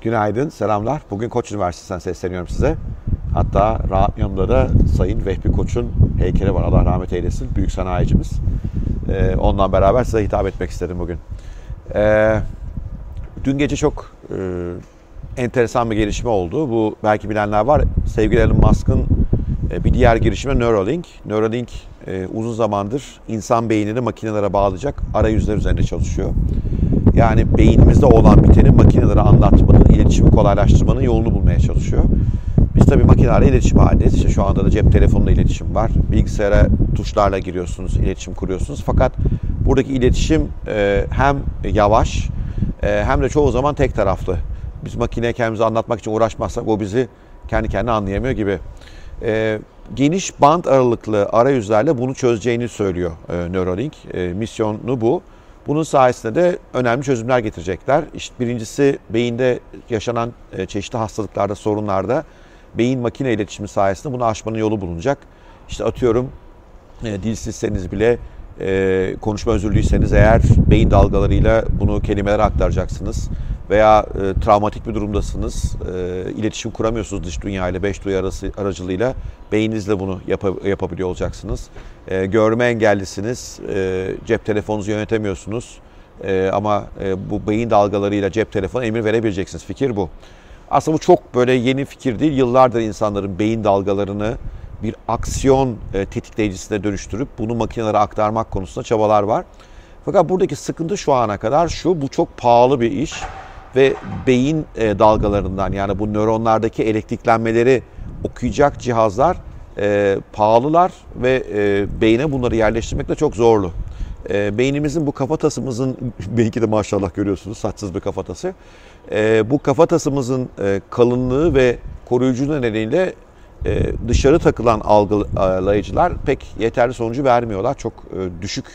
Günaydın, selamlar. Bugün Koç Üniversitesi'nden sesleniyorum size. Hatta yanımda da Sayın Vehbi Koç'un heykeli var. Allah rahmet eylesin. Büyük sanayicimiz. Ondan beraber size hitap etmek istedim bugün. Dün gece çok enteresan bir gelişme oldu. Bu belki bilenler var. Sevgili Elon Musk'ın bir diğer girişimi Neuralink. Neuralink uzun zamandır insan beynini makinelere bağlayacak arayüzler üzerinde çalışıyor. Yani beynimizde olan biteni makinelere anlatmanın, iletişimi kolaylaştırmanın yolunu bulmaya çalışıyor. Biz tabii makinelerle iletişim halindeyiz. İşte şu anda da cep telefonuyla iletişim var. Bilgisayara tuşlarla giriyorsunuz, iletişim kuruyorsunuz. Fakat buradaki iletişim hem yavaş hem de çoğu zaman tek taraflı. Biz makineye kendimizi anlatmak için uğraşmazsak o bizi kendi kendine anlayamıyor gibi. Geniş band aralıklı arayüzlerle bunu çözeceğini söylüyor Neuralink. Misyonu bu. Bunun sayesinde de önemli çözümler getirecekler. İşte birincisi beyinde yaşanan çeşitli hastalıklarda, sorunlarda beyin makine iletişimi sayesinde bunu aşmanın yolu bulunacak. İşte atıyorum dilsizseniz bile konuşma özürlüyseniz eğer beyin dalgalarıyla bunu kelimelere aktaracaksınız. Veya travmatik bir durumdasınız, iletişim kuramıyorsunuz dış dünya ile, beş duyu aracılığıyla beyninizle bunu yapabiliyor olacaksınız. Görme engellisiniz, cep telefonunuzu yönetemiyorsunuz ama bu beyin dalgalarıyla cep telefonu emir verebileceksiniz. Fikir bu. Aslında bu çok böyle yeni fikir değil. Yıllardır insanların beyin dalgalarını bir aksiyon tetikleyicisine dönüştürüp bunu makinelere aktarmak konusunda çabalar var. Fakat buradaki sıkıntı şu ana kadar şu, bu çok pahalı bir iş ve beyin dalgalarından, yani bu nöronlardaki elektriklenmeleri okuyacak cihazlar pahalılar ve beyne bunları yerleştirmek de çok zorlu. Beynimizin bu kafatasımızın, belki de maşallah görüyorsunuz saçsız bir kafatası, bu kafatasımızın kalınlığı ve koruyuculuğu nedeniyle dışarı takılan algılayıcılar pek yeterli sonucu vermiyorlar. Çok düşük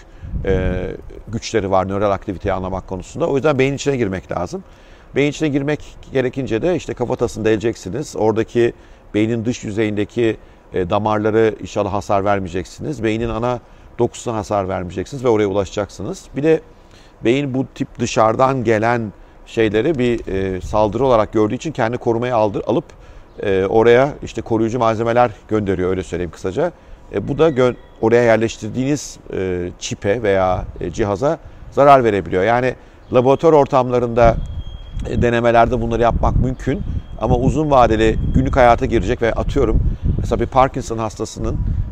güçleri var nöral aktiviteyi anlamak konusunda. O yüzden beyin içine girmek lazım. Beyin içine girmek gerekince de işte kafatasını deleceksiniz. Oradaki beynin dış yüzeyindeki damarları inşallah hasar vermeyeceksiniz. Beynin ana dokusuna hasar vermeyeceksiniz ve oraya ulaşacaksınız. Bir de beyin bu tip dışarıdan gelen şeyleri bir saldırı olarak gördüğü için kendi korumaya alıp oraya işte koruyucu malzemeler gönderiyor, öyle söyleyeyim kısaca. Bu da oraya yerleştirdiğiniz çipe veya cihaza zarar verebiliyor. Yani laboratuvar ortamlarında denemelerde bunları yapmak mümkün ama uzun vadeli günlük hayata girecek ve atıyorum mesela bir Parkinson hastasının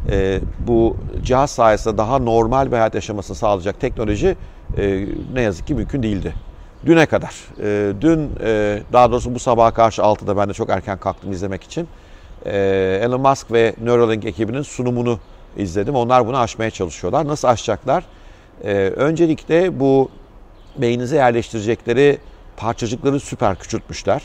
bu cihaz sayesinde daha normal bir hayat yaşamasını sağlayacak teknoloji ne yazık ki mümkün değildi. Düne kadar. Dün daha doğrusu bu sabaha karşı 6'da ben de çok erken kalktım izlemek için. Elon Musk ve Neuralink ekibinin sunumunu izledim. Onlar bunu aşmaya çalışıyorlar. Nasıl aşacaklar? Öncelikle bu beyninize yerleştirecekleri parçacıkları süper küçültmüşler.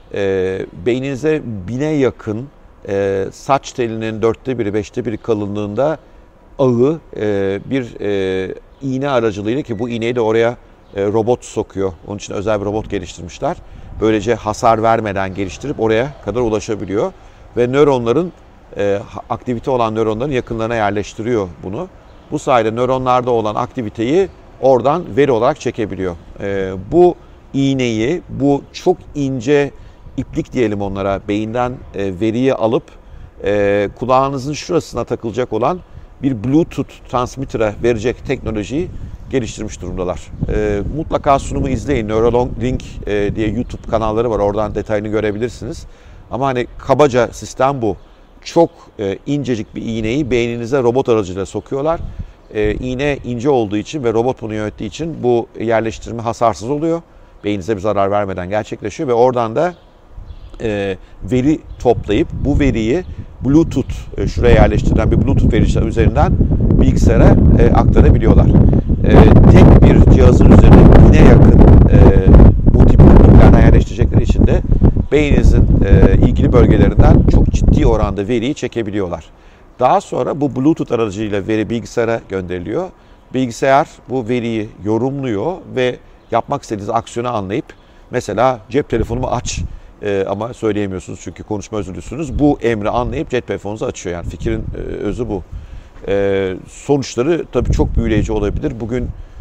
Beyninize 1000'e yakın saç telinin 1/4, 5'te 1 kalınlığında ağı bir iğne aracılığıyla, ki bu iğneyi de oraya robot sokuyor. Onun için özel bir robot geliştirmişler. Böylece hasar vermeden geliştirip oraya kadar ulaşabiliyor. Ve nöronların, aktivite olan nöronların yakınlarına yerleştiriyor bunu. Bu sayede nöronlarda olan aktiviteyi oradan veri olarak çekebiliyor. Bu iğneyi, bu çok ince iplik diyelim onlara, beyinden veriyi alıp kulağınızın şurasına takılacak olan bir Bluetooth transmitter'a verecek teknolojiyi geliştirmiş durumdalar. Mutlaka sunumu izleyin. Neuralink diye YouTube kanalları var. Oradan detayını görebilirsiniz. Ama hani kabaca sistem bu. Çok incecik bir iğneyi beyninize robot aracılığıyla sokuyorlar. İğne ince olduğu için ve robot bunu yönettiği için bu yerleştirme hasarsız oluyor. Beyninize bir zarar vermeden gerçekleşiyor ve oradan da veri toplayıp bu veriyi Bluetooth, şuraya yerleştirilen bir Bluetooth vericisi üzerinden bilgisayara aktarabiliyorlar. Tek bir cihazın üzerine 1000'e yakın bu tip ipliklerden yerleştirecekleri için de beyninizin ilgili bölgelerinden çok ciddi oranda veriyi çekebiliyorlar. Daha sonra bu Bluetooth aracılığıyla veri bilgisayara gönderiliyor. Bilgisayar bu veriyi yorumluyor ve yapmak istediğiniz aksiyonu anlayıp, mesela cep telefonumu aç ama söyleyemiyorsunuz çünkü konuşma özürlüsünüz. Bu emri anlayıp cep telefonunuzu açıyor. Yani fikrin özü bu. Sonuçları tabii çok büyüleyici olabilir. Bugün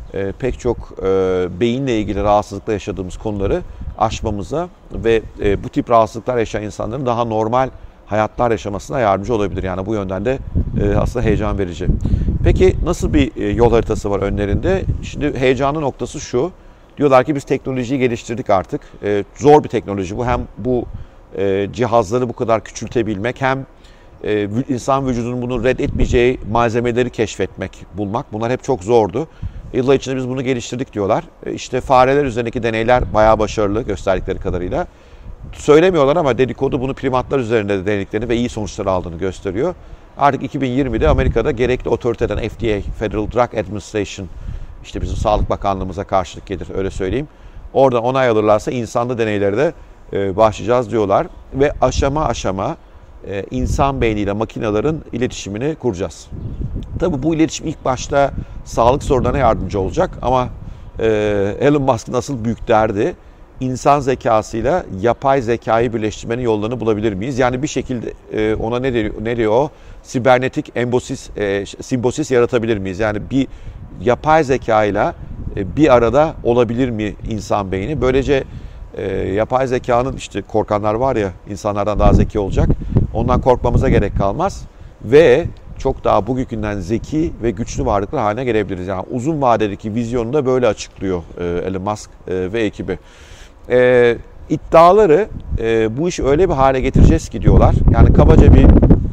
pek çok beyinle ilgili rahatsızlıkla yaşadığımız konuları aşmamıza ve bu tip rahatsızlıklar yaşayan insanların daha normal hayatlar yaşamasına yardımcı olabilir. Yani bu yönden de aslında heyecan verici. Peki nasıl bir yol haritası var önlerinde? Şimdi heyecanlı noktası şu. Diyorlar ki biz teknolojiyi geliştirdik artık. Zor bir teknoloji bu. Hem bu cihazları bu kadar küçültebilmek hem insan vücudunun bunu reddetmeyeceği malzemeleri keşfetmek, bulmak. Bunlar hep çok zordu. Yıllar içinde biz bunu geliştirdik diyorlar. İşte fareler üzerindeki deneyler bayağı başarılı gösterdikleri kadarıyla. Söylemiyorlar ama dedikodu bunu primatlar üzerinde de denediklerini ve iyi sonuçlar aldığını gösteriyor. Artık 2020'de Amerika'da gerekli otoriteden FDA, Federal Drug Administration, işte bizim Sağlık Bakanlığımıza karşılık gelir öyle söyleyeyim. Oradan onay alırlarsa insanlı deneylere de başlayacağız diyorlar. Ve aşama aşama insan beyniyle makinelerin iletişimini kuracağız. Tabii bu iletişim ilk başta sağlık sorunlarına yardımcı olacak ama Elon Musk'ın asıl büyük derdi insan zekasıyla yapay zekayı birleştirmenin yollarını bulabilir miyiz? Yani bir şekilde ona ne diyor o? Sibernetik simbosis yaratabilir miyiz? Yani bir yapay zekayla bir arada olabilir mi insan beyni? Böylece yapay zekanın işte korkanlar var ya insanlardan daha zeki olacak. Ondan korkmamıza gerek kalmaz ve çok daha bugünkünden zeki ve güçlü varlıklar haline gelebiliriz. Yani uzun vadedeki vizyonu da böyle açıklıyor Elon Musk ve ekibi. İddiaları bu işi öyle bir hale getireceğiz ki diyorlar. Yani kabaca bir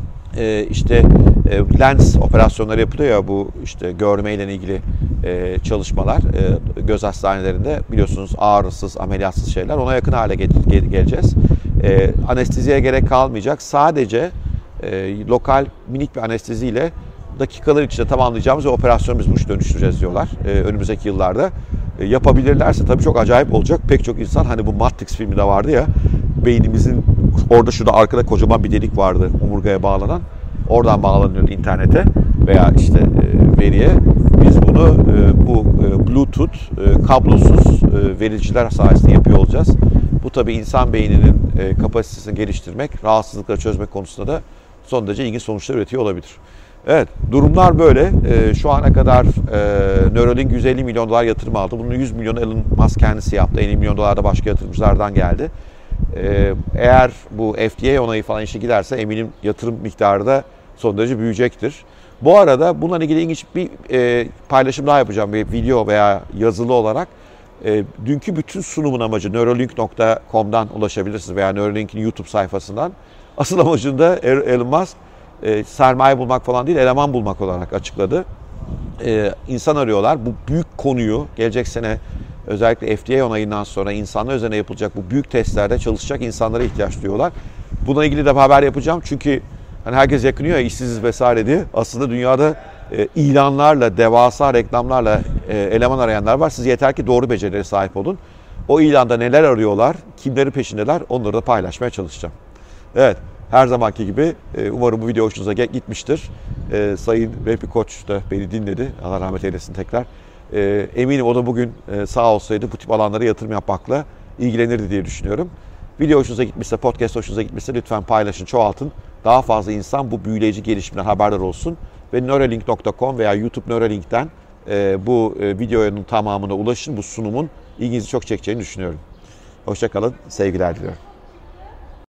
lens operasyonları yapılıyor ya bu işte görmeyle ilgili çalışmalar göz hastanelerinde biliyorsunuz ağrısız, ameliyatsız şeyler ona yakın hale geleceğiz. Anesteziye gerek kalmayacak. Sadece lokal minik bir anesteziyle dakikalar içinde tamamlayacağımız bir operasyonu biz bu işe dönüştüreceğiz diyorlar önümüzdeki yıllarda. Yapabilirlerse tabii çok acayip olacak. Pek çok insan hani bu Matrix filmi de vardı ya beynimizin orada şurada arkada kocaman bir delik vardı omurgaya bağlanan. Oradan bağlanıyordu internete veya işte veriye. Biz bunu bu Bluetooth kablosuz vericiler sayesinde yapıyor olacağız. Bu tabii insan beyninin kapasitesini geliştirmek, rahatsızlıkları çözmek konusunda da son derece ilginç sonuçlar üretiyor olabilir. Evet, durumlar böyle. Şu ana kadar Neuralink 150 milyon dolar yatırım aldı. Bunun 100 milyonu Elon Musk kendisi yaptı. 50 milyon dolar da başka yatırımcılardan geldi. Eğer bu FDA onayı falan işe giderse eminim yatırım miktarı da son derece büyüyecektir. Bu arada bununla ilgili ilginç bir paylaşım daha yapacağım. Bir video veya yazılı olarak. Dünkü bütün sunumun amacı Neuralink.com'dan ulaşabilirsiniz veya Neuralink'in YouTube sayfasından. Asıl amacını da Elon Musk sermaye bulmak falan değil, eleman bulmak olarak açıkladı. İnsan arıyorlar. Bu büyük konuyu gelecek sene özellikle FDA onayından sonra insanlar üzerine yapılacak bu büyük testlerde çalışacak insanlara ihtiyaç duyuyorlar. Buna ilgili de haber yapacağım. Çünkü hani herkes yakınıyor ya işsiziz vesaire diye. Aslında dünyada ilanlarla, devasa reklamlarla eleman arayanlar var. Siz yeter ki doğru becerilere sahip olun. O ilanda neler arıyorlar, kimleri peşindeler onları da paylaşmaya çalışacağım. Evet. Her zamanki gibi umarım bu video hoşunuza gitmiştir. Sayın Vehbi Koç da beni dinledi. Allah rahmet eylesin tekrar. Eminim o da bugün sağ olsaydı bu tip alanlara yatırım yapmakla ilgilenirdi diye düşünüyorum. Video hoşunuza gitmişse, podcast hoşunuza gitmişse lütfen paylaşın, çoğaltın. Daha fazla insan bu büyüleyici gelişimden haberdar olsun. Ve Neuralink.com veya YouTube Neuralink'ten bu videonun tamamına ulaşın. Bu sunumun ilginizi çok çekeceğini düşünüyorum. Hoşça kalın, sevgiler diliyorum.